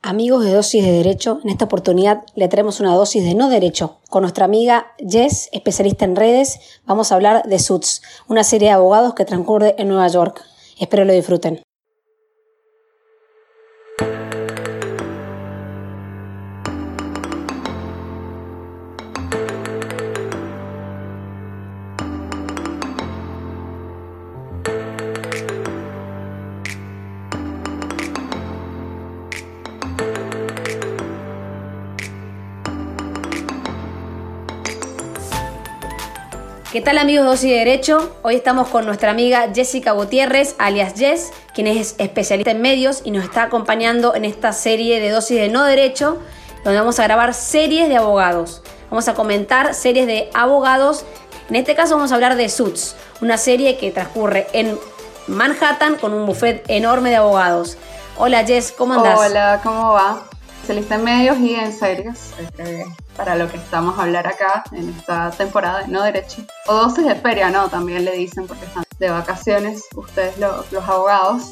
Amigos de Dosis de Derecho, en esta oportunidad le traemos una dosis de no derecho. Con nuestra amiga Jess, especialista en redes, vamos a hablar de Suits, una serie de abogados que transcurre en Nueva York. Espero lo disfruten. ¿Qué tal, amigos de Dosis de Derecho? Hoy estamos con nuestra amiga Jessica Gutiérrez, alias Jess, quien es especialista en medios y nos está acompañando en esta serie de Dosis de No Derecho, donde vamos a grabar series de abogados. Vamos a comentar series de abogados. En este caso vamos a hablar de Suits, una serie que transcurre en Manhattan con un buffet enorme de abogados. Hola Jess, ¿cómo andás? Hola, ¿cómo va? Especialista en medios y en series, para lo que estamos a hablar acá en esta temporada de No Derecho. O dosis de feria, ¿no? También le dicen porque están de vacaciones ustedes los abogados.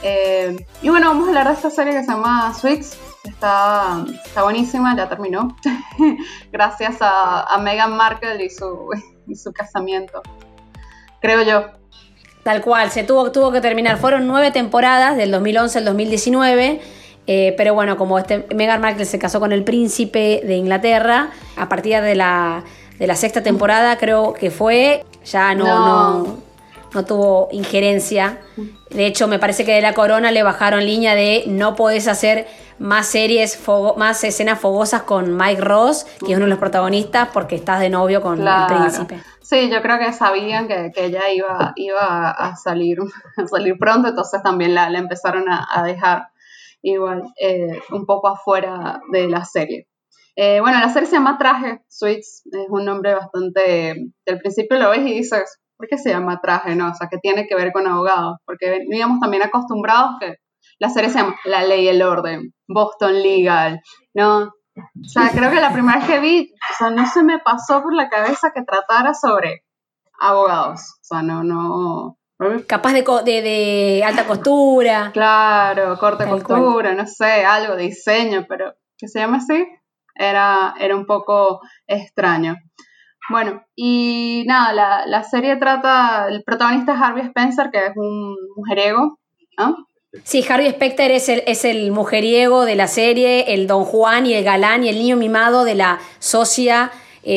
Y bueno, vamos a hablar de esta serie que se llama Suits. Está buenísima, ya terminó. Gracias a Meghan Markle y su casamiento, creo yo. Tal cual, tuvo que terminar. Fueron 9 temporadas, del 2011 al 2019. Pero bueno, como Meghan Markle se casó con el príncipe de Inglaterra, a partir de la 6ª temporada creo que fue, ya no tuvo injerencia. De hecho, me parece que de la corona le bajaron línea de no podés hacer más series, más escenas fogosas con Mike Ross, que es uno de los protagonistas, porque estás de novio con el príncipe. Sí, yo creo que sabían que ella iba a salir pronto, entonces también la empezaron a dejar igual un poco afuera de la serie. Bueno, la serie se llama Traje, Suits, es un nombre bastante, del principio lo ves y dices, ¿por qué se llama Traje? No, o sea, ¿qué tiene que ver con abogados? Porque veníamos también acostumbrados que la serie se llama La Ley y el Orden, Boston Legal, ¿no? O sea, creo que la primera vez que vi, o sea, no se me pasó por la cabeza que tratara sobre abogados, o sea, no. Capaz de alta costura. Claro, corte costura, no sé, algo, diseño, pero que se llame así era un poco extraño. Bueno, y nada, la serie trata, el protagonista es Harvey Spencer, que es un mujeriego, ¿no? Sí, Harvey Specter es el mujeriego de la serie, el don Juan y el galán y el niño mimado de la socia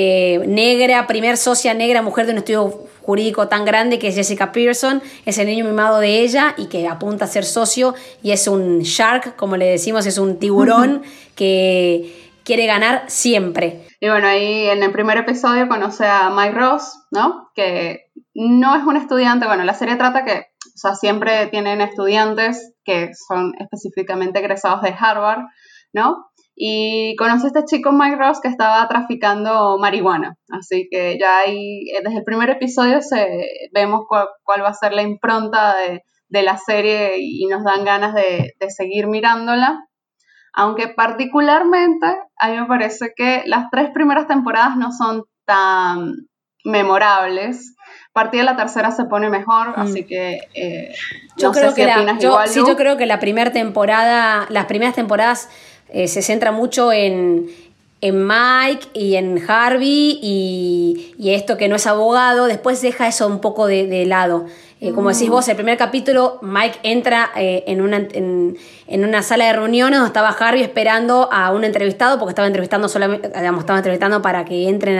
negra, primer socia negra, mujer de un estudio jurídico tan grande que es Jessica Pearson, es el niño mimado de ella y que apunta a ser socio y es un shark, como le decimos, es un tiburón que quiere ganar siempre. Y bueno, ahí en el primer episodio conoce a Mike Ross, ¿no? Que no es un estudiante, bueno, la serie trata que, o sea, siempre tienen estudiantes que son específicamente egresados de Harvard, ¿no? Y conoce a este chico Mike Ross que estaba traficando marihuana, así que ya ahí desde el primer episodio vemos cuál va a ser la impronta de la serie y nos dan ganas de seguir mirándola, aunque particularmente a mí me parece que las 3 primeras temporadas no son tan memorables. A partir de la tercera se pone mejor, así que yo creo que yo creo que las primeras temporadas se centra mucho en Mike y en Harvey y esto que no es abogado, después deja eso un poco de lado. Como decís vos, el primer capítulo, Mike entra en una sala de reuniones donde estaba Harvey esperando a un entrevistado, porque estaba entrevistando para que entren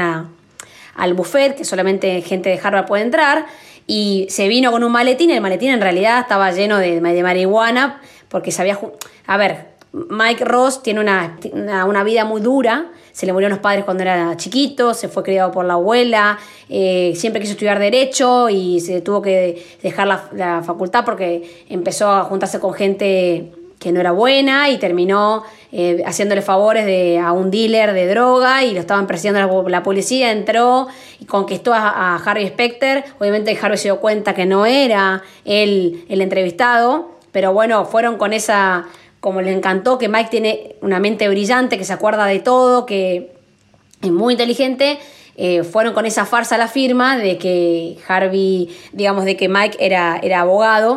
al buffet, que solamente gente de Harvard puede entrar, y se vino con un maletín, y el maletín en realidad estaba lleno de marihuana, porque sabía... A ver, Mike Ross tiene una vida muy dura, se le murieron los padres cuando era chiquito, se fue criado por la abuela, siempre quiso estudiar Derecho y se tuvo que dejar la facultad porque empezó a juntarse con gente que no era buena y terminó haciéndole favores a un dealer de droga y lo estaban persiguiendo la policía, entró y conquistó a Harvey Specter. Obviamente Harvey se dio cuenta que no era él el entrevistado, pero bueno, fueron con esa... Como le encantó que Mike tiene una mente brillante, que se acuerda de todo, que es muy inteligente, fueron con esa farsa a la firma de que Harvey, digamos, de que Mike era abogado,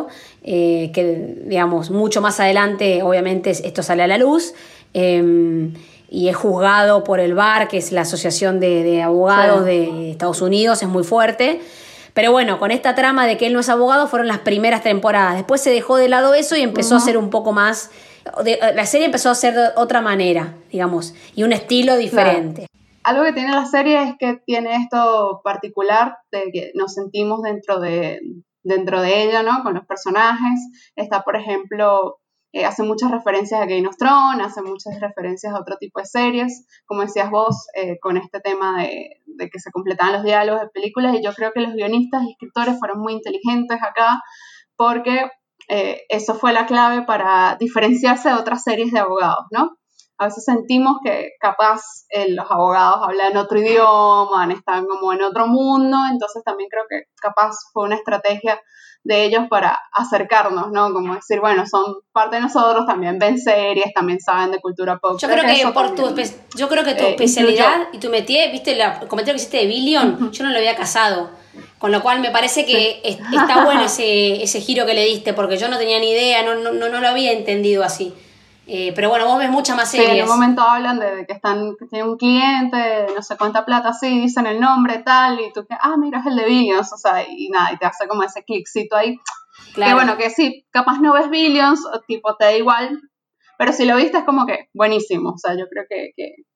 que digamos, mucho más adelante, obviamente, esto sale a la luz, y es juzgado por el BAR, que es la Asociación de Abogados de Estados Unidos, es muy fuerte. Pero bueno, con esta trama de que él no es abogado fueron las primeras temporadas. Después se dejó de lado eso y empezó a ser un poco más... la serie empezó a ser de otra manera, digamos, y un estilo diferente. Claro. Algo que tiene la serie es que tiene esto particular de que nos sentimos dentro de ella, ¿no? Con los personajes. Está, por ejemplo... hace muchas referencias a Game of Thrones, hace muchas referencias a otro tipo de series, como decías vos, con este tema de que se completaban los diálogos de películas, y yo creo que los guionistas y escritores fueron muy inteligentes acá, porque eso fue la clave para diferenciarse de otras series de abogados, ¿no? A veces sentimos que capaz los abogados hablan otro idioma, están como en otro mundo, entonces también creo que capaz fue una estrategia de ellos para acercarnos, ¿no? Como decir, bueno, son parte de nosotros, también ven series, también saben de cultura pop. Yo creo que tu especialidad y tu métier, viste el comentario que hiciste de Billion, yo no lo había casado. Con lo cual me parece que está bueno ese giro que le diste, porque yo no tenía ni idea, no lo había entendido así. Pero bueno, vos ves muchas más series. Sí, en un momento hablan de que tienen un cliente, no sé cuánta plata, sí, dicen el nombre, tal, y tú que, mira, es el de Billions, o sea, y nada, y te hace como ese clickcito ahí. Claro. Que bueno, que sí, capaz no ves Billions, o tipo, te da igual, pero si lo viste es como que buenísimo, o sea, yo creo que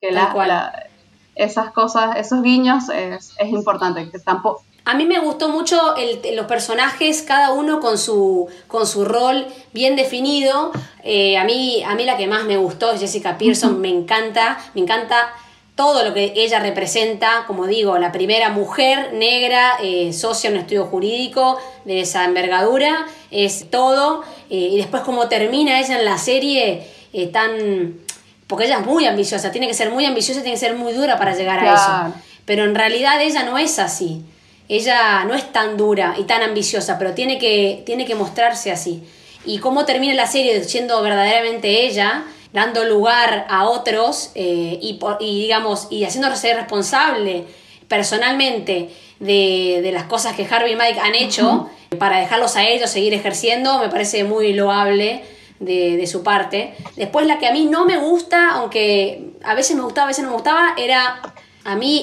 esas cosas, esos guiños es importante, que tampoco... A mí me gustó mucho los personajes, cada uno con su rol bien definido. A mí la que más me gustó es Jessica Pearson. Me encanta todo lo que ella representa, como digo, la primera mujer negra, socia en un estudio jurídico de esa envergadura, es todo. Y después cómo termina ella en la serie, porque ella es muy ambiciosa, tiene que ser muy ambiciosa, tiene que ser muy dura para llegar a eso. Pero en realidad ella no es así. Ella no es tan dura y tan ambiciosa, pero tiene que mostrarse así. Y cómo termina la serie siendo verdaderamente ella, dando lugar a otros y haciéndose responsable personalmente de las cosas que Harvey y Mike han hecho para dejarlos a ellos seguir ejerciendo, me parece muy loable de su parte. Después la que a mí no me gusta, aunque a veces me gustaba, a veces no me gustaba, era... A mí,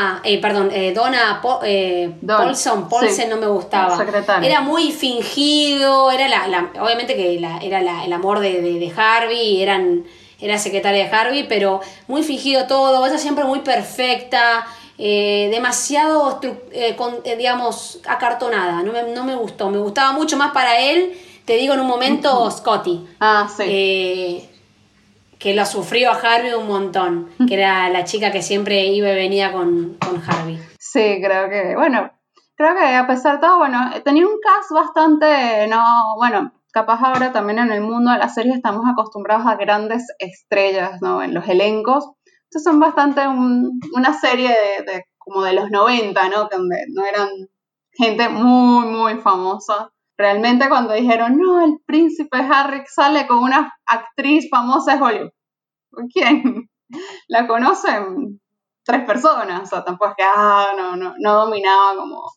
Donna Paulson sí, no me gustaba. Era muy fingido, era obviamente que era el amor de Harvey, era secretaria de Harvey, pero muy fingido todo, ella siempre muy perfecta, demasiado, digamos, acartonada, no me gustó. Me gustaba mucho más para él, te digo en un momento, Scotty. Sí. Que lo sufrió a Harvey un montón, que era la chica que siempre iba y venía con Harvey. Sí, creo que a pesar de todo, bueno, tenía un cast bastante, capaz ahora también en el mundo de las series estamos acostumbrados a grandes estrellas, ¿no? En los elencos. Entonces son bastante una serie como de los 90, ¿no? Donde no eran gente muy, muy famosa. Realmente cuando dijeron, no, el príncipe Harry sale con una actriz famosa de Hollywood. ¿Quién? La conocen 3 personas, o sea, tampoco es que no dominaba como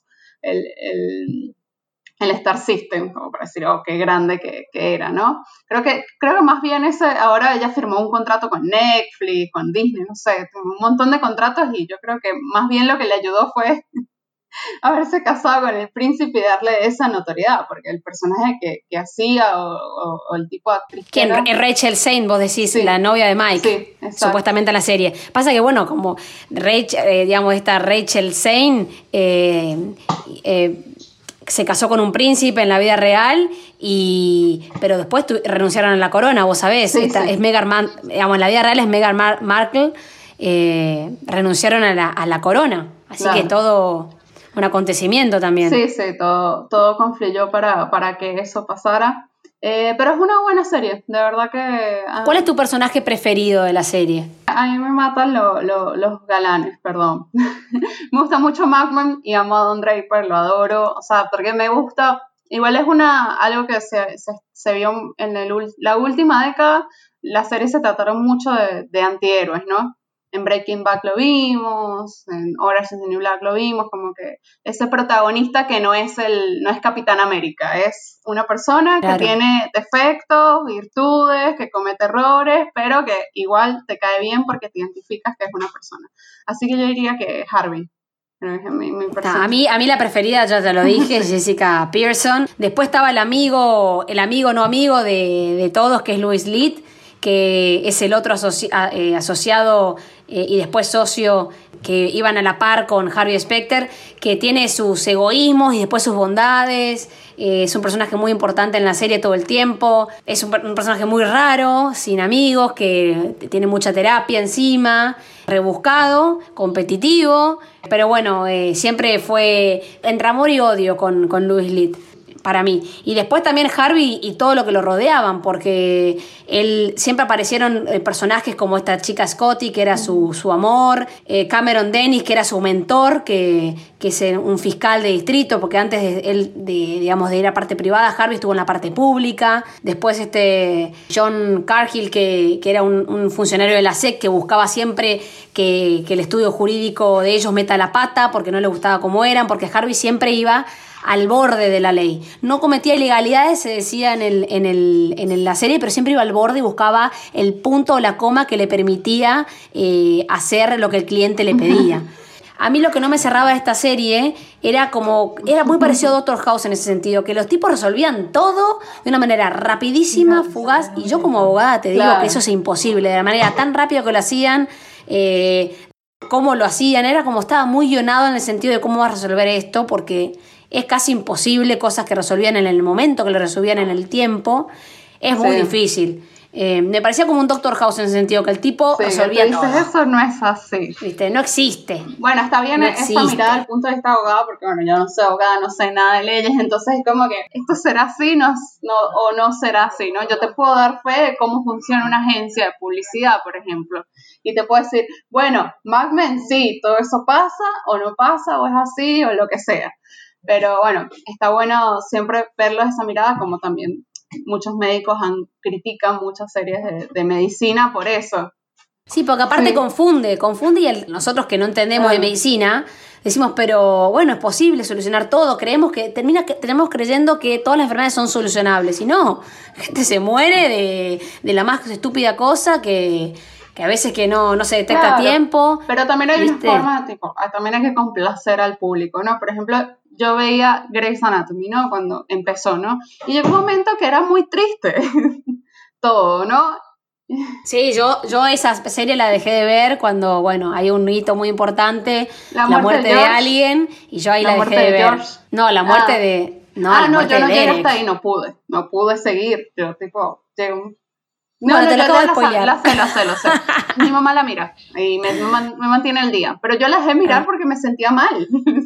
el Star System, como para decir, qué grande que era, ¿no? Creo que más bien ahora ella firmó un contrato con Netflix, con Disney, no sé, un montón de contratos, y yo creo que más bien lo que le ayudó fue haberse casado con el príncipe y darle esa notoriedad, porque el personaje que hacía o el tipo de actriz que era... Rachel Zane, vos decís, sí, la novia de Mike, sí, supuestamente en la serie. Pasa que, bueno, como esta Rachel Zane se casó con un príncipe en la vida real, pero después renunciaron a la corona, vos sabés. Sí, es Meghan, en la vida real es Meghan Markle, renunciaron a la corona. Así claro. Que todo... un acontecimiento también. Sí, todo confluyó para que eso pasara. Pero es una buena serie, de verdad que... ¿Cuál es tu personaje preferido de la serie? A mí me matan los galanes, perdón. Me gusta mucho Macman y amo a Don Draper, lo adoro. O sea, porque me gusta... Igual es algo que se vio en la última década. Las series se trataron mucho de antihéroes, ¿no? en Breaking Bad lo vimos, en Orange is the New Black lo vimos, como que ese protagonista que no es Capitán América, es una persona que tiene defectos, virtudes, que comete errores, pero que igual te cae bien porque te identificas que es una persona. Así que yo diría que Harvey. A mí la preferida, ya te lo dije, Jessica Pearson. Después estaba el amigo no amigo de todos, que es Louis Litt, que es el otro asociado y después socio que iban a la par con Harvey Specter, que tiene sus egoísmos y después sus bondades. Es un personaje muy importante en la serie todo el tiempo. Es un personaje muy raro, sin amigos, que tiene mucha terapia encima, rebuscado, competitivo, pero bueno, siempre fue entre amor y odio con Louis Litt, para mí. Y después también Harvey y todo lo que lo rodeaban, porque él siempre aparecieron personajes como esta chica Scotty, que era su amor, Cameron Dennis, que era su mentor, que es un fiscal de distrito, porque antes de ir a parte privada, Harvey estuvo en la parte pública. Después John Cargill, que era un funcionario de la SEC, que buscaba siempre que el estudio jurídico de ellos meta la pata, porque no le gustaba cómo eran, porque Harvey siempre iba al borde de la ley. No cometía ilegalidades, se decía en la serie, pero siempre iba al borde y buscaba el punto o la coma que le permitía hacer lo que el cliente le pedía. A mí lo que no me cerraba de esta serie era muy parecido a Doctor House en ese sentido, que los tipos resolvían todo de una manera rapidísima, fugaz, y yo como abogada te digo que eso es imposible, de la manera tan rápida que lo hacían, cómo lo hacían, era como estaba muy guionado en el sentido de cómo vas a resolver esto, porque es casi imposible, cosas que resolvían en el momento, que lo resolvían en el tiempo, es muy difícil. Me parecía como un Doctor House en el sentido que el tipo resolvía todo. Eso no es así. ¿Viste? No existe. Bueno, está bien esta mirada del punto de vista abogado, porque bueno, yo no soy abogada, no sé nada de leyes, entonces es como que esto será así o no será así, ¿no? Yo te puedo dar fe de cómo funciona una agencia de publicidad, por ejemplo, y te puedo decir, bueno, Mad Men, sí, todo eso pasa o no pasa o es así o lo que sea. Pero bueno, está bueno siempre verlo de esa mirada, como también muchos médicos critican muchas series de medicina por eso. Sí, porque aparte confunde y nosotros que no entendemos de medicina decimos, pero bueno, es posible solucionar todo, terminamos creyendo que todas las enfermedades son solucionables, y no, la gente se muere de la más estúpida cosa que a veces que no se detecta a tiempo. Pero también hay una forma, también hay que complacer al público, ¿no? Por ejemplo, yo veía Grey's Anatomy, ¿no? Cuando empezó, ¿no? Y llegó un momento que era muy triste todo, ¿no? Sí, yo esa serie la dejé de ver cuando, bueno, hay un hito muy importante, la muerte de alguien, y yo ahí la dejé de ver. George. No, la muerte de... No, yo no llegué hasta ahí, no pude seguir, yo llegué un... Te lo acabo de spoilear. La sé. Mi mamá la mira y me mantiene al día. Pero yo la dejé mirar porque me sentía mal.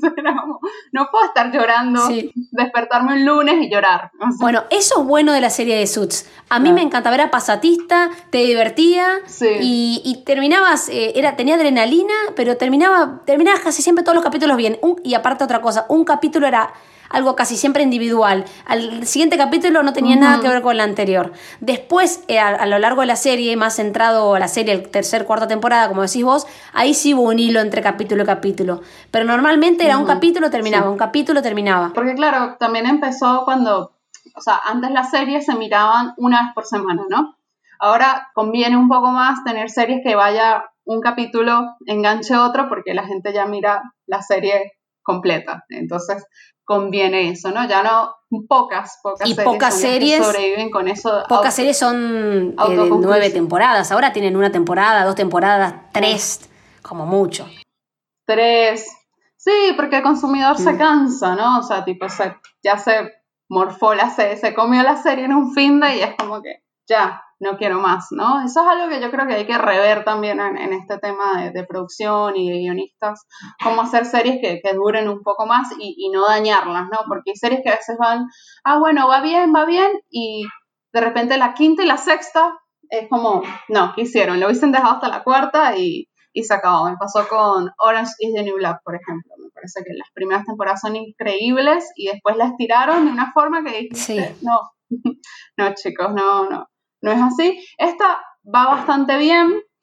No puedo estar llorando, despertarme un lunes y llorar. Bueno, eso es bueno de la serie de Suits. A mí me encantaba, era pasatista, te divertía y terminabas, tenía adrenalina, pero terminabas casi siempre todos los capítulos bien. Y aparte otra cosa, un capítulo era algo casi siempre individual. Al siguiente capítulo no tenía nada que ver con el anterior. Después, a lo largo de la serie, más centrado a la serie, el tercer, cuarta temporada, como decís vos, ahí sí hubo un hilo entre capítulo y capítulo. Pero normalmente era un capítulo, terminaba, un capítulo, terminaba. Porque claro, también empezó cuando, antes las series se miraban una vez por semana, ¿no? Ahora conviene un poco más tener series que vaya un capítulo, enganche otro, porque la gente ya mira la serie completa. Entonces conviene eso, ¿no? Ya no, pocas series que sobreviven con eso. Pocas series son de 9 temporadas. Ahora tienen 1 temporada, 2 temporadas, 3, como mucho. 3. Sí, porque el consumidor se cansa, ¿no? O sea, ya se morfó se comió la serie en un fin de y es como que ya, no quiero más, ¿no? Eso es algo que yo creo que hay que rever también en este tema de producción y de guionistas, cómo hacer series que duren un poco más y no dañarlas, ¿no? Porque hay series que a veces van, bueno, va bien, y de repente la quinta y la sexta es como, no, ¿qué hicieron? Lo hubiesen dejado hasta la cuarta y se acabó. Me pasó con Orange is the New Black, por ejemplo. Me parece que las primeras temporadas son increíbles y después las tiraron de una forma que dijiste, no, chicos, no es así. Esta va bastante bien,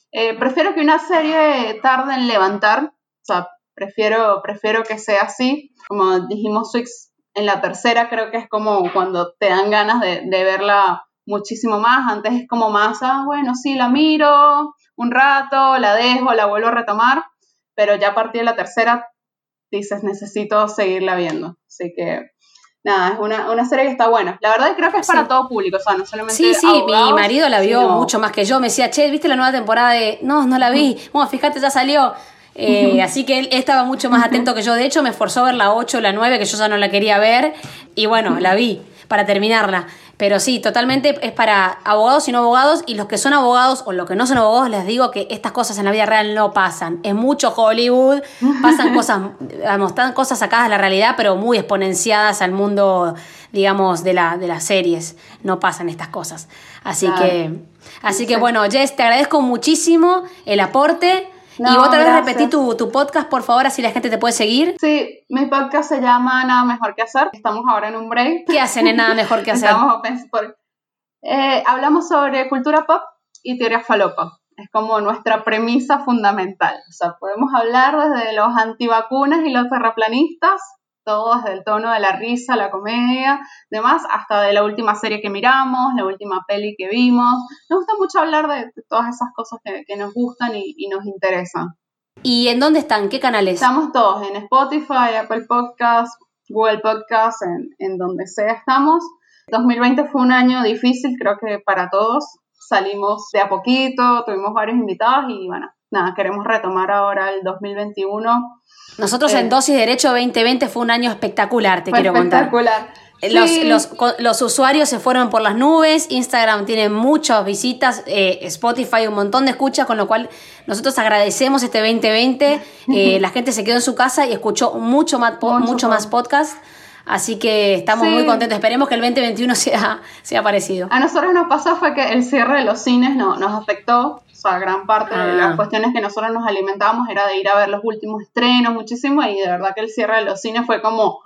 Prefiero que una serie tarde en levantar, o sea, prefiero que sea así. Como dijimos, Suits en la tercera creo que es como cuando te dan ganas de verla muchísimo más. Antes es como más, bueno, sí, la miro un rato, la dejo, la vuelvo a retomar, pero ya a partir de la tercera dices, necesito seguirla viendo. Así que nada, es una serie que está buena. La verdad creo que es para todo público, o sea, no solamente Sí, abogados, mi marido la vio sino... mucho más que yo. Me decía, che, ¿viste la nueva temporada de...? No, no la vi. Bueno, fíjate, ya salió. Así que él estaba mucho más atento que yo. De hecho, me esforzó a ver la 8 o la 9, que yo ya no la quería ver. Y bueno, la vi para terminarla. Pero sí, totalmente es para abogados y no abogados. Y los que son abogados o los que no son abogados, les digo que estas cosas en la vida real no pasan. Es mucho Hollywood. Pasan cosas, digamos, están cosas sacadas de la realidad, pero muy exponenciadas al mundo, digamos, de las series. No pasan estas cosas. Así que bueno, Jess, te agradezco muchísimo el aporte. No, y vos otra vez repetí tu podcast, por favor, así la gente te puede seguir. Sí, mi podcast se llama Nada Mejor Que Hacer. Estamos ahora en un break. ¿Qué hacen en Nada Mejor Que Hacer? Hablamos sobre cultura pop y teoría falopa. Es como nuestra premisa fundamental. O sea, podemos hablar desde los antivacunas y los terraplanistas, todo desde el tono de la risa, la comedia, demás, hasta de la última serie que miramos, la última peli que vimos. Nos gusta mucho hablar de todas esas cosas que nos gustan y nos interesan. ¿Y en dónde están? ¿Qué canales? Estamos todos en Spotify, Apple Podcasts, Google Podcasts, en donde sea estamos. 2020 fue un año difícil, creo que para todos. Salimos de a poquito, tuvimos varios invitados y bueno, nada, queremos retomar ahora el 2021. Nosotros en Dosis Derecho 2020 fue un año espectacular, te quiero contar. Espectacular. Sí. Los usuarios se fueron por las nubes, Instagram tiene muchas visitas, Spotify un montón de escuchas, con lo cual nosotros agradecemos este 2020. La gente se quedó en su casa y escuchó mucho más podcast. Así que estamos muy contentos. Esperemos que el 2021 sea parecido. A nosotros nos pasó fue que el cierre de los cines nos afectó. O sea, gran parte de las cuestiones que nosotros nos alimentábamos era de ir a ver los últimos estrenos muchísimo, y de verdad que el cierre de los cines fue como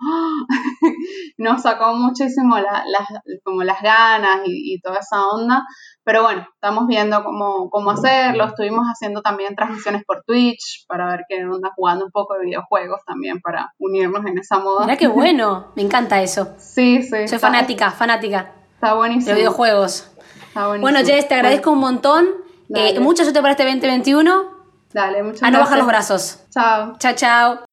nos sacó muchísimo como las ganas y toda esa onda. Pero bueno, estamos viendo cómo hacerlo. Estuvimos haciendo también transmisiones por Twitch para ver qué onda, jugando un poco de videojuegos también para unirnos en esa moda. Mirá qué bueno, me encanta eso. Sí. Soy fanática. Está buenísimo. De videojuegos. Está buenísimo. Bueno, Jess, te agradezco un montón. Mucha suerte para este 2021. Dale, muchas gracias. A no bajar los brazos. Chao. Chao.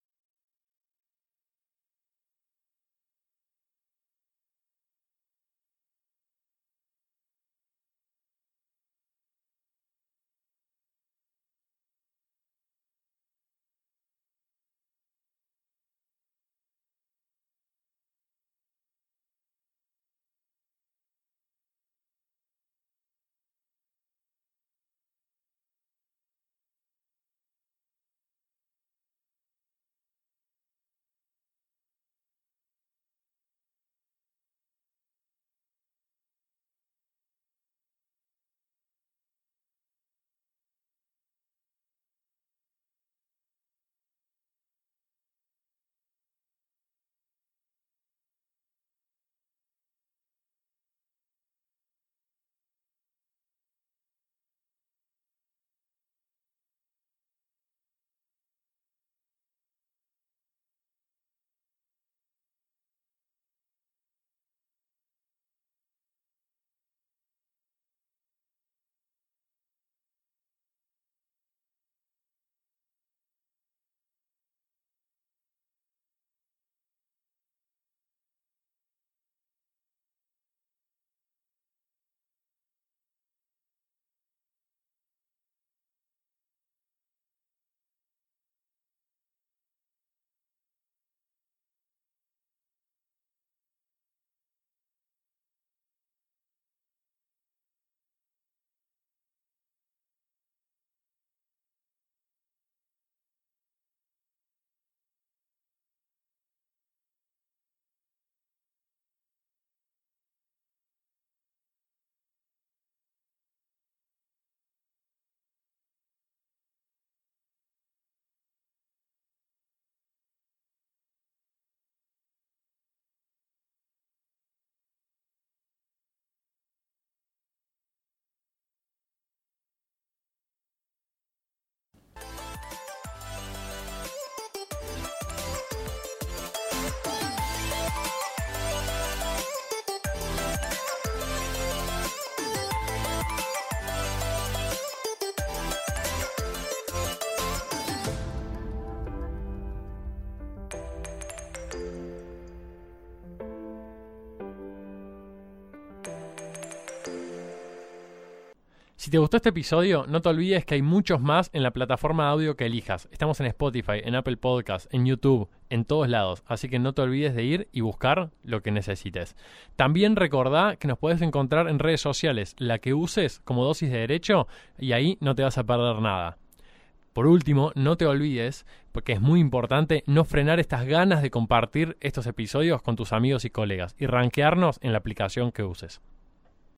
Si te gustó este episodio, no te olvides que hay muchos más en la plataforma de audio que elijas. Estamos en Spotify, en Apple Podcasts, en YouTube, en todos lados. Así que no te olvides de ir y buscar lo que necesites. También recordá que nos podés encontrar en redes sociales, la que uses como Dosis de Derecho, y ahí no te vas a perder nada. Por último, no te olvides, porque es muy importante, no frenar estas ganas de compartir estos episodios con tus amigos y colegas y rankearnos en la aplicación que uses.